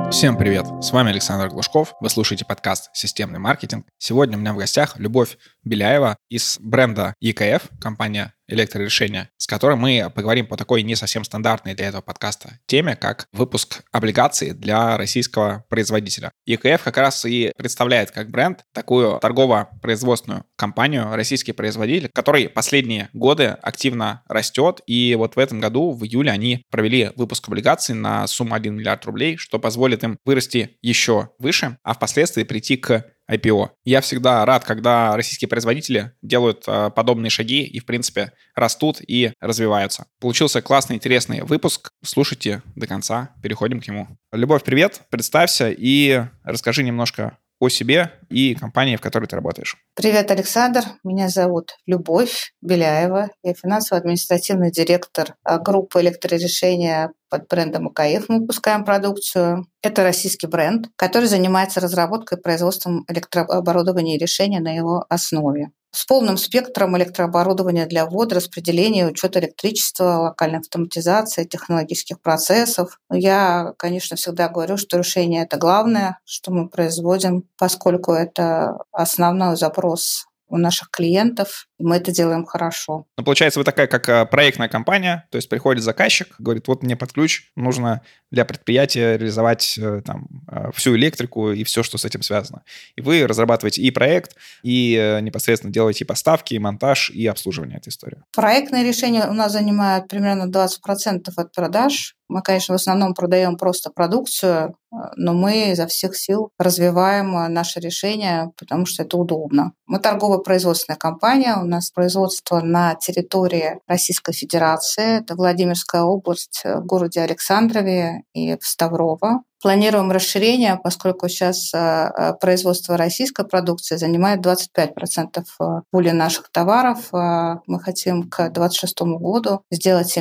Всем привет! С вами Александр Глушков. Вы слушаете подкаст «Системный маркетинг». Сегодня у меня в гостях Любовь Беляева из бренда ЕКФ, компания электрорешения, с которой мы поговорим по такой не совсем стандартной для этого подкаста теме, как выпуск облигаций для российского производителя. ЕКФ как раз и представляет как бренд такую торгово-производственную компанию, российский производитель, который последние годы активно растет, и вот в этом году, в июле, они провели выпуск облигаций на сумму 1 миллиард рублей, что позволит им вырасти еще выше, а впоследствии прийти к IPO. Я всегда рад, когда российские производители делают подобные шаги и, в принципе, растут и развиваются. Получился классный, интересный выпуск. Слушайте до конца, переходим к нему. Любовь, привет, представься и расскажи немножко о себе и компании, в которой ты работаешь. Привет, Александр. Меня зовут Любовь Беляева. Я финансово-административный директор группы электрорешения под брендом ЕКФ. Мы выпускаем продукцию. Это российский бренд, который занимается разработкой и производством электрооборудования и решения на его основе. С полным спектром электрооборудования для ввода, распределения, учета электричества, локальной автоматизации, технологических процессов. Я, конечно, всегда говорю, что решение – это главное, что мы производим, поскольку это основной запрос у наших клиентов, и мы это делаем хорошо. Ну, получается, вы такая, как проектная компания, то есть приходит заказчик, говорит, вот мне под ключ нужно для предприятия реализовать всю электрику и все, что с этим связано. И вы разрабатываете и проект, и непосредственно делаете и поставки, и монтаж, и обслуживание этой истории. Проектные решения у нас занимают примерно 20% от продаж. Мы, конечно, в основном продаем просто продукцию, но мы изо всех сил развиваем наши решения, потому что это удобно. Мы торгово-производственная компания, у нас производство на территории Российской Федерации, это Владимирская область, в городе Александрове и в Ставрово. Планируем расширение, поскольку сейчас производство российской продукции занимает 25% пули наших товаров. Мы хотим к 2026 году сделать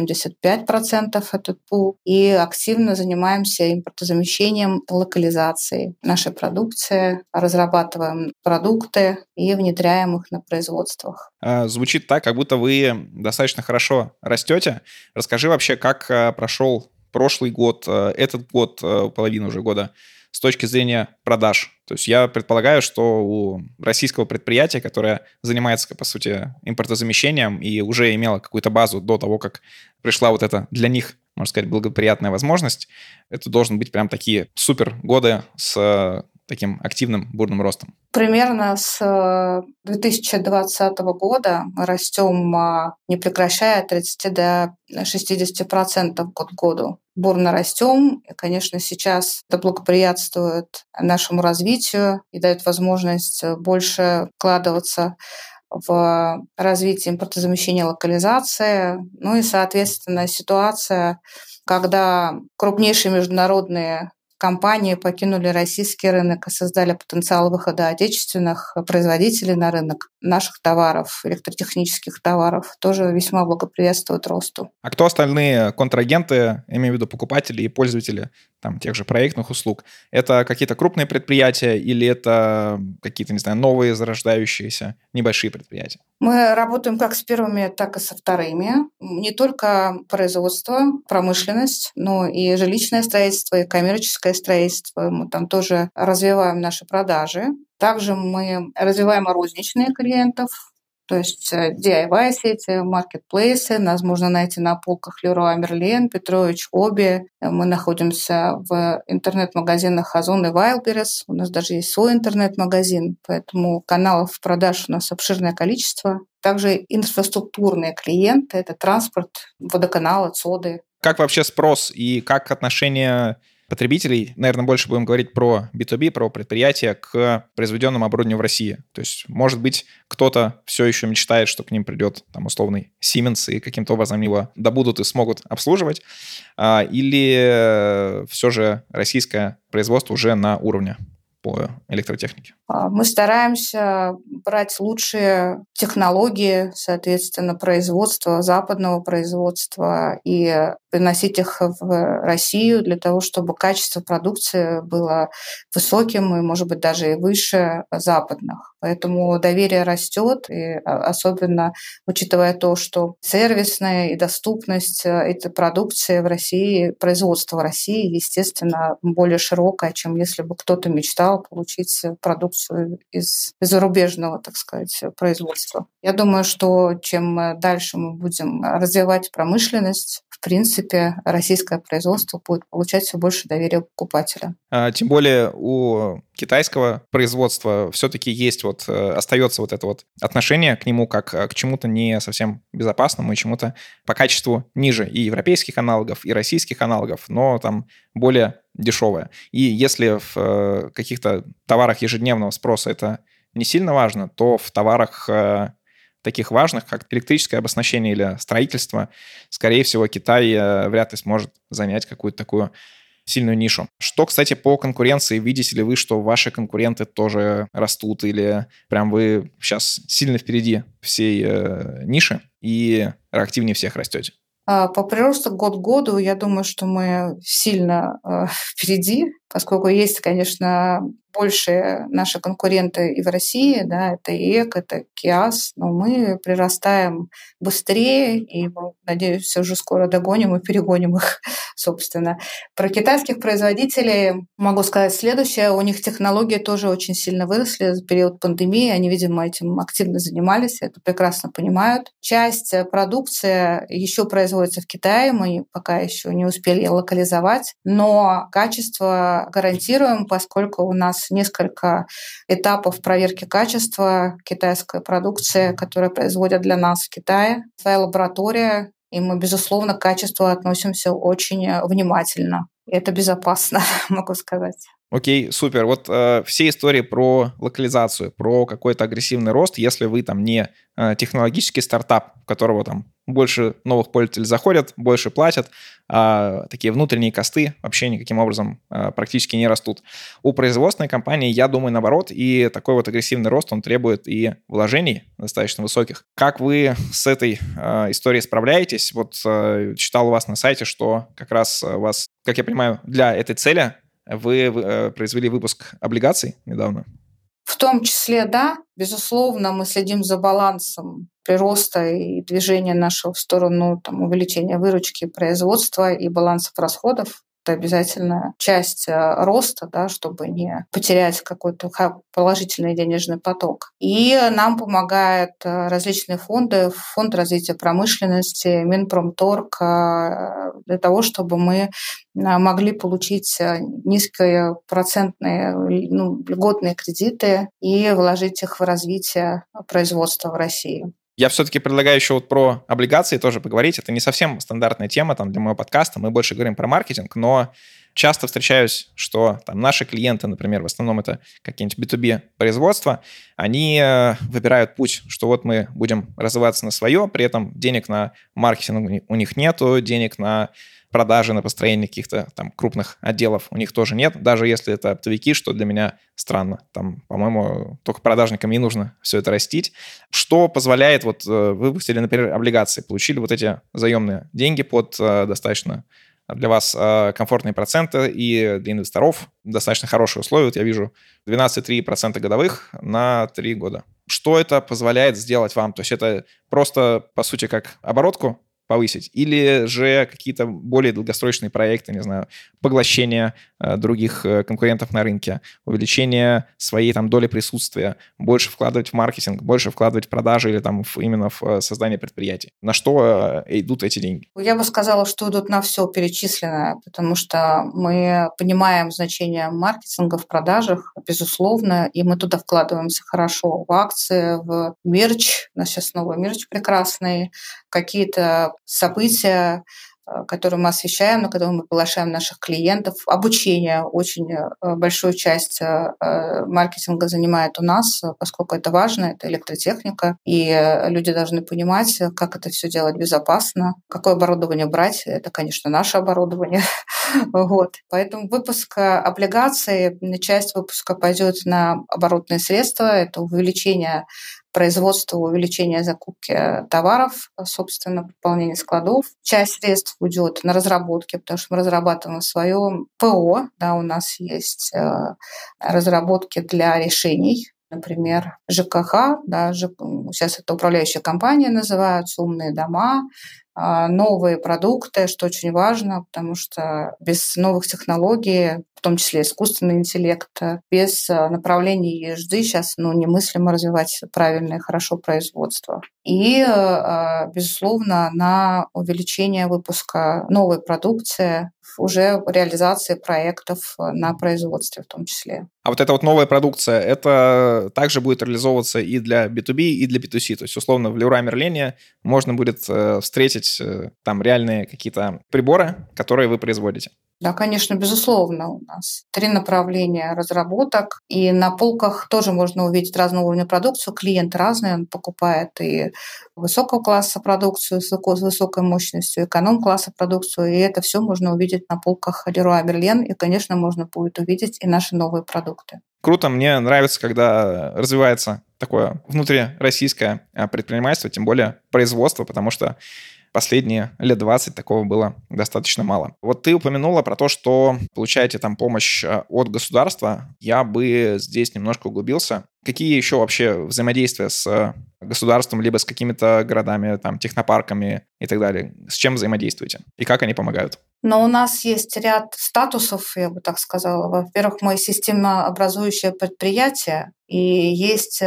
75% этот пул. И активно занимаемся импортозамещением, локализацией нашей продукции, разрабатываем продукты и внедряем их на производствах. Звучит так, как будто вы достаточно хорошо растете. Расскажи вообще, как прошел прошлый год, этот год, половину уже года, с точки зрения продаж. То есть я предполагаю, что у российского предприятия, которое занимается, по сути, импортозамещением и уже имело какую-то базу до того, как пришла вот эта для них, можно сказать, благоприятная возможность, это должен быть прям такие супер годы с таким активным бурным ростом. Примерно с 2020 года мы растем, не прекращая, от 30 до 60% год к году. Бурно растем. И, конечно, сейчас это благоприятствует нашему развитию и дает возможность больше вкладываться в развитие импортозамещения, локализации. Ну и, соответственно, ситуация, когда крупнейшие международные компании покинули российский рынок и создали потенциал выхода отечественных производителей на рынок наших товаров, электротехнических товаров, тоже весьма благоприятствует росту. А кто остальные контрагенты, имею в виду покупатели и пользователи тех же проектных услуг? Это какие-то крупные предприятия или это какие-то, не знаю, новые зарождающиеся небольшие предприятия? Мы работаем как с первыми, так и со вторыми. Не только производство, промышленность, но и жилищное строительство, и коммерческое строительство. Мы там тоже развиваем наши продажи. Также мы развиваем розничные клиентов, то есть DIY-сети, маркетплейсы. Нас можно найти на полках Leroy Merlin, Петрович, Оби. Мы находимся в интернет-магазинах Озон и Wildberries. У нас даже есть свой интернет-магазин, поэтому каналов продаж у нас обширное количество. Также инфраструктурные клиенты – это транспорт, водоканалы, ЦОДы. Как вообще спрос и как отношение потребителей, наверное, больше будем говорить про B2B, про предприятия, к произведенному оборудованию в России. То есть, может быть, кто-то все еще мечтает, что к ним придет условный Siemens и каким-то образом его добудут и смогут обслуживать, или все же российское производство уже на уровне по электротехнике? Мы стараемся брать лучшие технологии, соответственно, производства, западного производства и приносить их в Россию для того, чтобы качество продукции было высоким и, может быть, даже и выше западных. Поэтому доверие растет, и особенно учитывая то, что сервисная и доступность этой продукции в России, производство в России, естественно, более широкое, чем если бы кто-то мечтал получить продукцию из зарубежного, так сказать, производства. Я думаю, что чем дальше мы будем развивать промышленность, в принципе, российское производство будет получать все больше доверия покупателя. Тем более у китайского производства все-таки есть остается это отношение к нему как к чему-то не совсем безопасному и чему-то по качеству ниже и европейских аналогов, и российских аналогов, но там более дешевое. И если в каких-то товарах ежедневного спроса это не сильно важно, то в товарах таких важных, как электрическое оснащение или строительство, скорее всего, Китай вряд ли сможет занять какую-то такую сильную нишу. Что, кстати, по конкуренции, видите ли вы, что ваши конкуренты тоже растут или прям вы сейчас сильно впереди всей ниши и активнее всех растете? По приросту год к году, я думаю, что мы сильно впереди, поскольку есть, конечно, большие наши конкуренты и в России, да, это ИЭК, это КИАС, но мы прирастаем быстрее, и, надеюсь, уже скоро догоним и перегоним их, собственно. Про китайских производителей могу сказать следующее. У них технологии тоже очень сильно выросли в период пандемии. Они, видимо, этим активно занимались, это прекрасно понимают. Часть продукции еще производится в Китае, мы пока еще не успели ее локализовать, но качество гарантируем, поскольку у нас несколько этапов проверки качества китайской продукции, которую производят для нас в Китае. Своя лаборатория, и мы, безусловно, к качеству относимся очень внимательно. И это безопасно, могу сказать. Окей, супер. Все истории про локализацию, про какой-то агрессивный рост, если вы там не технологический стартап, у которого там больше новых пользователей заходят, больше платят, а такие внутренние косты вообще никаким образом практически не растут. У производственной компании, я думаю, наоборот, и такой агрессивный рост, он требует и вложений достаточно высоких. Как вы с этой историей справляетесь? Читал у вас на сайте, что как раз вас, как я понимаю, для этой цели вы произвели выпуск облигаций недавно? В том числе, да. Безусловно, мы следим за балансом прироста и движения нашего в сторону увеличения выручки производства и балансов расходов. Это обязательная часть роста, да, чтобы не потерять какой-то положительный денежный поток. И нам помогают различные фонды, Фонд развития промышленности, Минпромторг, для того, чтобы мы могли получить низкие процентные льготные кредиты и вложить их в развитие производства в России. Я все-таки предлагаю еще про облигации тоже поговорить. Это не совсем стандартная тема для моего подкаста. Мы больше говорим про маркетинг, но часто встречаюсь, что наши клиенты, например, в основном это какие-нибудь B2B производства, они выбирают путь, что мы будем развиваться на свое, при этом денег на маркетинг у них нету, денег на продажи, на построение каких-то крупных отделов у них тоже нет, даже если это оптовики, что для меня странно. По-моему, только продажникам не нужно все это растить. Что позволяет, вы выпустили, например, облигации, получили эти заемные деньги под достаточно для вас комфортные проценты и для инвесторов достаточно хорошие условия. Я вижу 12,3% годовых на 3 года. Что это позволяет сделать вам? То есть это просто, по сути, как оборотку повысить, или же какие-то более долгосрочные проекты, не знаю, поглощение других конкурентов на рынке, увеличение своей доли присутствия, больше вкладывать в маркетинг, больше вкладывать в продажи или именно в создание предприятий. На что идут эти деньги? Я бы сказала, что идут на все перечисленное, потому что мы понимаем значение маркетинга в продажах, безусловно, и мы туда вкладываемся хорошо в акции, в мерч. У нас сейчас новый мерч прекрасный, какие-то события, которые мы освещаем, на которые мы приглашаем наших клиентов. Обучение очень большую часть маркетинга занимает у нас, поскольку это важно, это электротехника, и люди должны понимать, как это все делать безопасно, какое оборудование брать. Это, конечно, наше оборудование. Вот. Поэтому выпуск облигаций, часть выпуска пойдет на оборотные средства, это увеличение производства, увеличение закупки товаров, собственно, пополнение складов. Часть средств уйдет на разработки, потому что мы разрабатываем свое ПО, да, у нас есть разработки для решений, например, ЖКХ, да, сейчас это управляющая компания называются, умные дома, новые продукты, что очень важно, потому что без новых технологий, в том числе искусственный интеллект, без направлений ESG сейчас немыслимо развивать правильное и хорошо производство. И, безусловно, на увеличение выпуска новой продукции, уже реализации проектов на производстве в том числе. А вот эта вот новая продукция, это также будет реализовываться и для B2B, и для B2C. То есть, условно, в Leroy Merlin можно будет встретить там реальные какие-то приборы, которые вы производите. Да, конечно, безусловно. У нас 3 направления разработок, и на полках тоже можно увидеть разного уровня продукцию. Клиент разный, он покупает и высокого класса продукцию с высокой мощностью, эконом-класса продукцию, и это все можно увидеть на полках Leroy Merlin, и, конечно, можно будет увидеть и наши новые продукты. Круто, мне нравится, когда развивается такое внутрироссийское предпринимательство, тем более производство, потому что последние лет 20 такого было достаточно мало. Вот ты упомянула про то, что получаете там помощь от государства. Я бы здесь немножко углубился. Какие еще вообще взаимодействия с государством, либо с какими-то городами, там, технопарками и так далее? С чем взаимодействуете? И как они помогают? Но у нас есть ряд статусов, я бы так сказала. Во-первых, мы системообразующее предприятие, и есть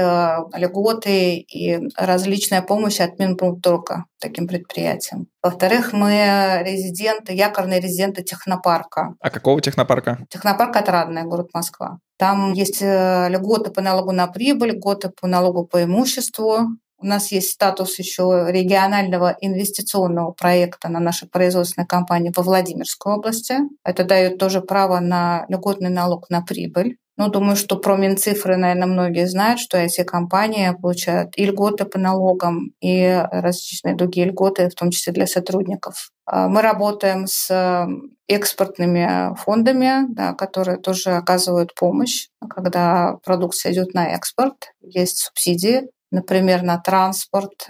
льготы и различная помощь от Минпромторга таким предприятиям. Во-вторых, мы резиденты, якорные резиденты технопарка. А какого технопарка? Технопарк «Отрадный», город Москва. Там есть льготы по налогу на прибыль, льготы по налогу по имуществу. У нас есть статус еще регионального инвестиционного проекта на нашей производственной компании во Владимирской области. Это дает тоже право на льготный налог на прибыль. Думаю, что про Минцифры, наверное, многие знают, что эти компании получают и льготы по налогам, и различные другие льготы, в том числе для сотрудников. Мы работаем с экспортными фондами, да, которые тоже оказывают помощь, когда продукция идет на экспорт. Есть субсидии, например, на транспорт,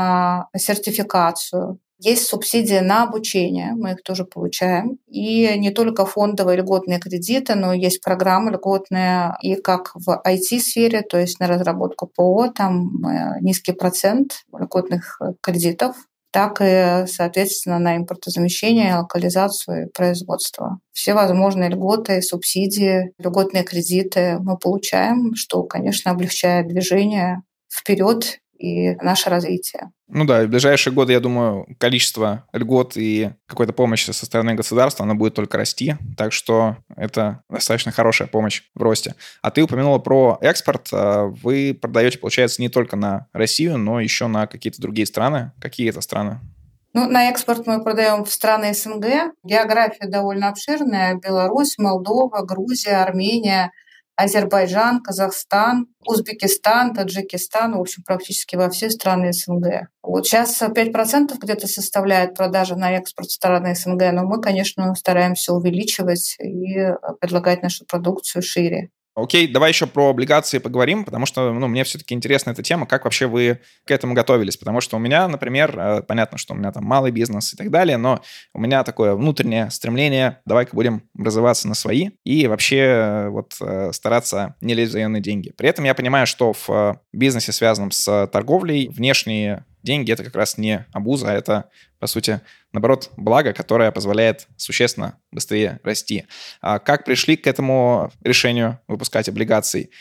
на сертификацию. Есть субсидии на обучение, мы их тоже получаем. И не только фондовые льготные кредиты, но есть программы льготные и как в IT-сфере, то есть на разработку ПО, там низкий процент льготных кредитов, так и, соответственно, на импортозамещение, локализацию и производство. Все возможные льготы, субсидии, льготные кредиты мы получаем, что, конечно, облегчает движение вперед и наше развитие. Ну да, в ближайшие годы, я думаю, количество льгот и какой-то помощи со стороны государства, оно будет только расти, так что это достаточно хорошая помощь в росте. А ты упомянула про экспорт. Вы продаете, получается, не только на Россию, но еще на какие-то другие страны. Какие это страны? На экспорт мы продаем в страны СНГ. География довольно обширная. Беларусь, Молдова, Грузия, Армения, Азербайджан, Казахстан, Узбекистан, Таджикистан, в общем, практически во все страны СНГ. Вот сейчас 5% где-то составляет продажа на экспорт страны СНГ, но мы, конечно, стараемся увеличивать и предлагать нашу продукцию шире. Окей, давай еще про облигации поговорим, потому что мне все-таки интересна эта тема, как вообще вы к этому готовились, потому что у меня, например, понятно, что у меня там малый бизнес и так далее, но у меня такое внутреннее стремление, давай-ка будем образоваться на свои и вообще стараться не лезть в заемные деньги. При этом я понимаю, что в бизнесе, связанном с торговлей, внешние деньги — это как раз не обуза, это, по сути, наоборот, благо, которое позволяет существенно быстрее расти. Как пришли к этому решению выпускать облигации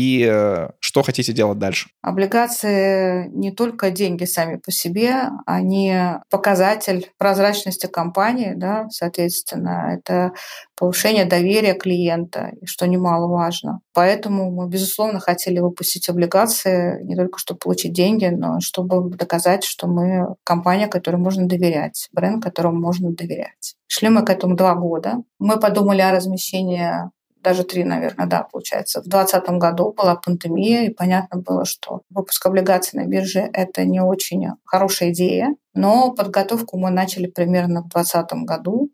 и что хотите делать дальше? Облигации не только деньги сами по себе, они показатель прозрачности компании, да, соответственно, это повышение доверия клиента, что немаловажно. Поэтому мы, безусловно, хотели выпустить облигации не только чтобы получить деньги, но чтобы доказать, что мы компания, которой можно доверять, бренд, которому можно доверять. Шли мы к этому 2 года. Мы подумали о размещении, даже 3, наверное, да, получается. В 2020 году была пандемия, и понятно было, что выпуск облигаций на бирже — это не очень хорошая идея. Но подготовку мы начали примерно в 2020 году.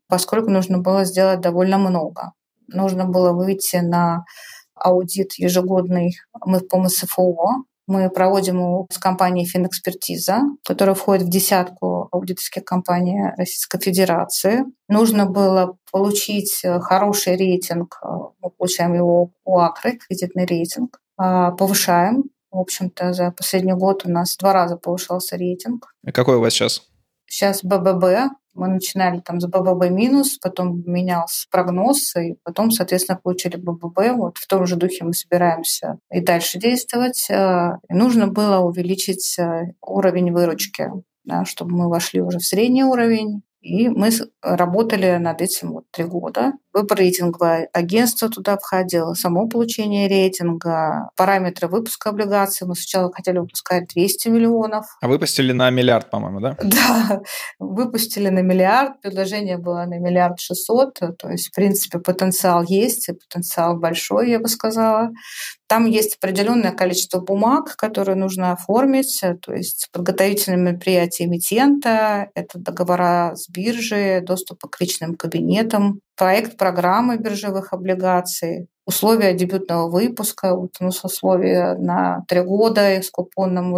поскольку нужно было сделать довольно много. Нужно было выйти на аудит ежегодный, мы по МСФО. Мы проводим его с компанией «Финэкспертиза», которая входит в десятку аудиторских компаний Российской Федерации. Нужно было получить хороший рейтинг, мы получаем его у Акры, кредитный рейтинг, повышаем. В общем-то, за последний год у нас 2 раза повышался рейтинг. И какой у вас сейчас? Сейчас БББ. Мы начинали там с БББ минус, потом менялся прогноз, и потом, соответственно, получили БББ. Вот в том же духе мы собираемся и дальше действовать. И нужно было увеличить уровень выручки, да, чтобы мы вошли уже в средний уровень. И мы работали над этим 3 года. Выбор рейтинговое агентство туда входило, само получение рейтинга, параметры выпуска облигаций. Мы сначала хотели выпускать 200 миллионов. А выпустили на миллиард, по-моему, да? Да, выпустили на миллиард, предложение было на 1,6 миллиарда. То есть, в принципе, потенциал есть, и потенциал большой, я бы сказала. Там есть определенное количество бумаг, которые нужно оформить, то есть подготовительные мероприятия эмитента, это договора с биржей, доступ к личным кабинетам, проект программы биржевых облигаций, условия дебютного выпуска, вот у нас условия на 3 года с купонной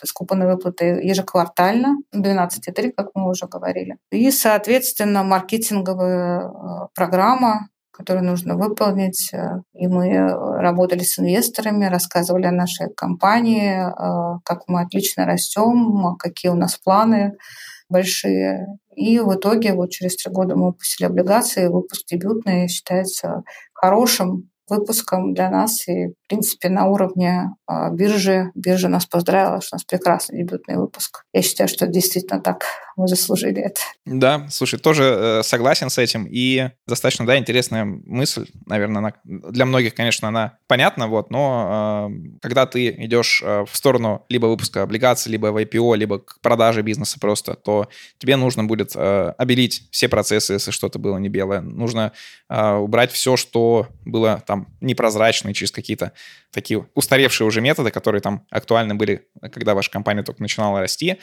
выплатой ежеквартально, 12,3, как мы уже говорили. И, соответственно, маркетинговая программа, которую нужно выполнить. И мы работали с инвесторами, рассказывали о нашей компании, как мы отлично растем, какие у нас планы большие. И в итоге вот через 3 года мы выпустили облигации. Выпуск дебютный считается хорошим выпуском для нас. И, в принципе, на уровне биржи. Биржа нас поздравила, что у нас прекрасный дебютный выпуск. Я считаю, что действительно так мы заслужили это. Да, слушай, тоже согласен с этим. И достаточно, да, интересная мысль. Наверное, она, для многих, конечно, она понятна, вот, но когда ты идешь в сторону либо выпуска облигаций, либо в IPO, либо к продаже бизнеса просто, то тебе нужно будет обелить все процессы, если что-то было не белое. Нужно убрать все, что было там непрозрачно, через какие-то такие устаревшие уже методы, которые там актуальны были, когда ваша компания только начинала расти.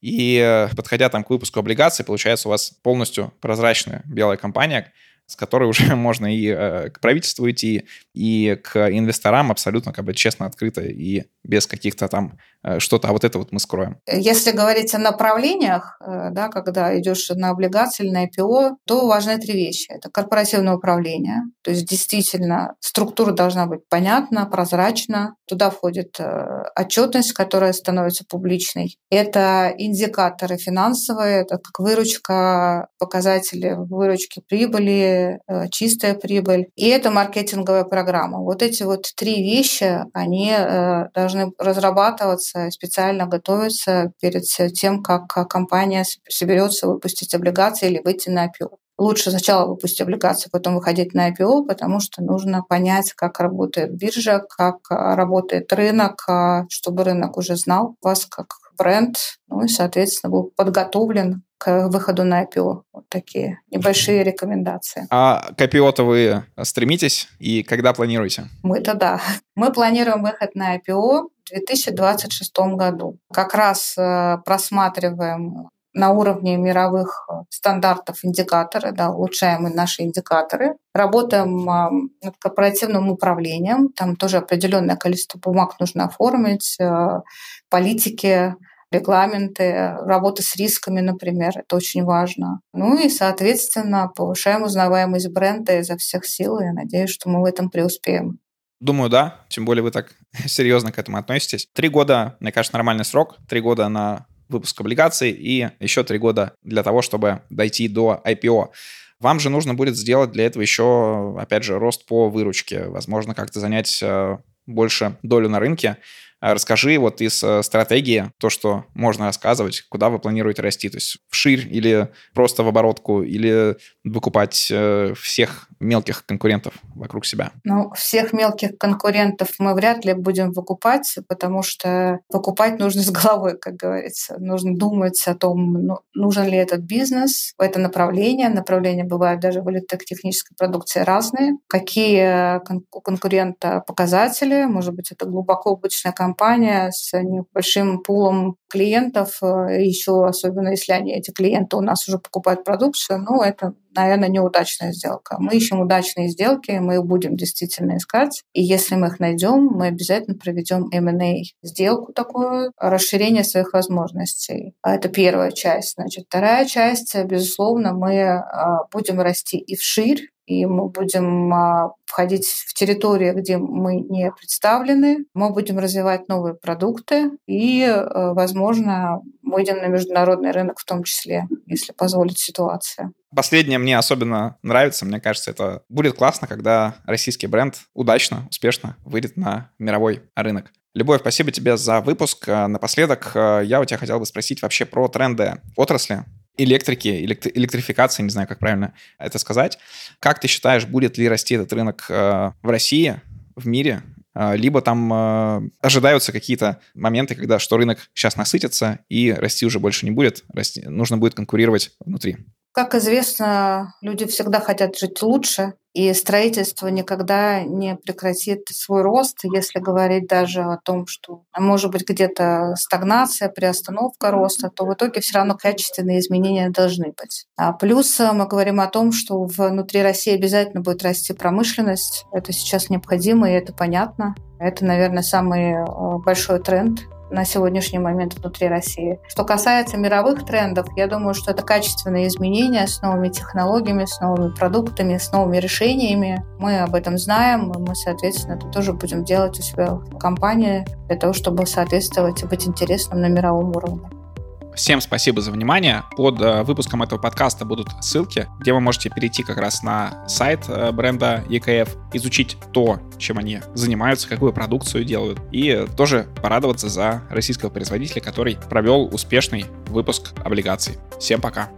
И подходя там к выпуску облигаций, получается у вас полностью прозрачная белая компания, с которой уже можно и к правительству идти, и к инвесторам абсолютно как бы честно, открыто и без каких-то там что-то, а вот это вот мы скроем. Если говорить о направлениях, да, когда идешь на облигации или на IPO, то важны 3 вещи. Это корпоративное управление, то есть действительно структура должна быть понятна, прозрачна. Туда входит отчетность, которая становится публичной. Это индикаторы финансовые, это как выручка, показатели выручки прибыли, чистая прибыль. И это маркетинговая программа. Вот эти вот 3 вещи, они должны разрабатываться, специально готовиться перед тем, как компания соберется выпустить облигации или выйти на IPO. Лучше сначала выпустить облигации, потом выходить на IPO, потому что нужно понять, как работает биржа, как работает рынок, чтобы рынок уже знал вас как бренд, ну и, соответственно, был подготовлен к выходу на IPO. Вот такие небольшие рекомендации. А к IPO-то вы стремитесь и когда планируете? Мы-то да. Мы планируем выход на IPO в 2026 году. Как раз просматриваем на уровне мировых стандартов индикаторы, да, улучшаем наши индикаторы. Работаем над корпоративным управлением. Там тоже определенное количество бумаг нужно оформить, политики, регламенты, работа с рисками, например, это очень важно. Ну и, соответственно, повышаем узнаваемость бренда изо всех сил, и я надеюсь, что мы в этом преуспеем. Думаю, да. Тем более вы так серьезно к этому относитесь. 3 года, мне кажется, нормальный срок. 3 года на выпуск облигаций и еще 3 года для того, чтобы дойти до IPO. Вам же нужно будет сделать для этого еще, опять же, рост по выручке. Возможно, как-то занять больше долю на рынке. Расскажи вот из стратегии то, что можно рассказывать, куда вы планируете расти, то есть вширь или просто в оборотку, или выкупать всех мелких конкурентов вокруг себя? Ну, всех мелких конкурентов мы вряд ли будем выкупать, потому что покупать нужно с головой, как говорится. Нужно думать о том, нужен ли этот бизнес, это направление. Направления бывают даже в электротехнической продукции разные. Какие у конкурента показатели, может быть, это глубоко убыточная компания с небольшим пулом клиентов, еще особенно если эти клиенты у нас уже покупают продукцию, это наверное, неудачная сделка. Мы ищем удачные сделки, мы их будем действительно искать. И если мы их найдем, мы обязательно проведем M&A сделку такую, расширение своих возможностей. Это первая часть. Значит, вторая часть, безусловно, мы будем расти и вширь, и мы будем входить в территории, где мы не представлены, мы будем развивать новые продукты и, возможно, выйдем на международный рынок в том числе, если позволит ситуация. Последнее мне особенно нравится. Мне кажется, это будет классно, когда российский бренд удачно, успешно выйдет на мировой рынок. Любовь, спасибо тебе за выпуск. Напоследок я у тебя хотел бы спросить вообще про тренды отрасли. Электрики, электрификации, не знаю, как правильно это сказать. Как ты считаешь, будет ли расти этот рынок в России, в мире? Либо там ожидаются какие-то моменты, когда что рынок сейчас насытится и расти уже больше не будет, нужно будет конкурировать внутри? Как известно, люди всегда хотят жить лучше, и строительство никогда не прекратит свой рост, если говорить даже о том, что может быть где-то стагнация, приостановка роста, то в итоге все равно качественные изменения должны быть. Плюс мы говорим о том, что внутри России обязательно будет расти промышленность. Это сейчас необходимо, и это понятно. Это, наверное, самый большой тренд на сегодняшний момент внутри России. Что касается мировых трендов, я думаю, что это качественные изменения с новыми технологиями, с новыми продуктами, с новыми решениями. Мы об этом знаем, и мы, соответственно, это тоже будем делать у себя в компании для того, чтобы соответствовать и быть интересным на мировом уровне. Всем спасибо за внимание. Под выпуском этого подкаста будут ссылки, где вы можете перейти как раз на сайт бренда EKF, изучить то, чем они занимаются, какую продукцию делают, и тоже порадоваться за российского производителя, который провел успешный выпуск облигаций. Всем пока!